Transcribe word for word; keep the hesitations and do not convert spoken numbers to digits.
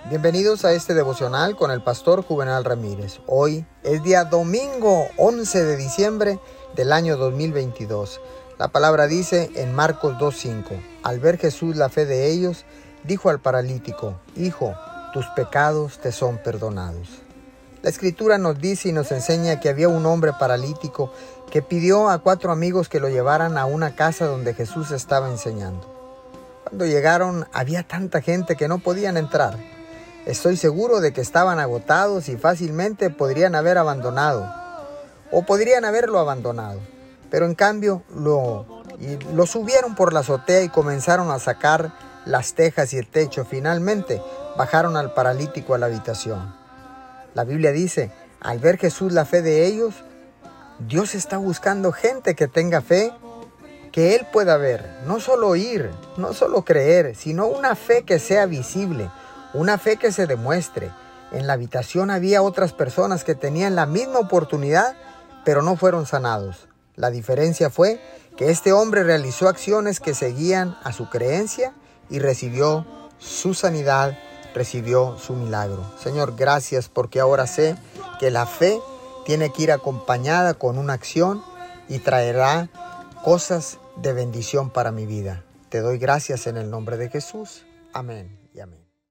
Bienvenidos a este devocional con el pastor Juvenal Ramírez. Hoy es día domingo once de diciembre del año dos mil veintidós. La palabra dice en Marcos dos cinco: Al ver Jesús la fe de ellos, dijo al paralítico: Hijo, tus pecados te son perdonados. La Escritura nos dice y nos enseña que había un hombre paralítico que pidió a cuatro amigos que lo llevaran a una casa donde Jesús estaba enseñando. Cuando llegaron había tanta gente que no podían entrar. Estoy seguro de que estaban agotados y fácilmente podrían haber abandonado o podrían haberlo abandonado. Pero en cambio lo, y lo subieron por la azotea y comenzaron a sacar las tejas y el techo. Finalmente bajaron al paralítico a la habitación. La Biblia dice, al ver Jesús la fe de ellos, Dios está buscando gente que tenga fe, que Él pueda ver, no solo oír, no solo creer, sino una fe que sea visible. Una fe que se demuestre. En la habitación había otras personas que tenían la misma oportunidad, pero no fueron sanados. La diferencia fue que este hombre realizó acciones que seguían a su creencia y recibió su sanidad, recibió su milagro. Señor, gracias porque ahora sé que la fe tiene que ir acompañada con una acción y traerá cosas de bendición para mi vida. Te doy gracias en el nombre de Jesús. Amén y amén.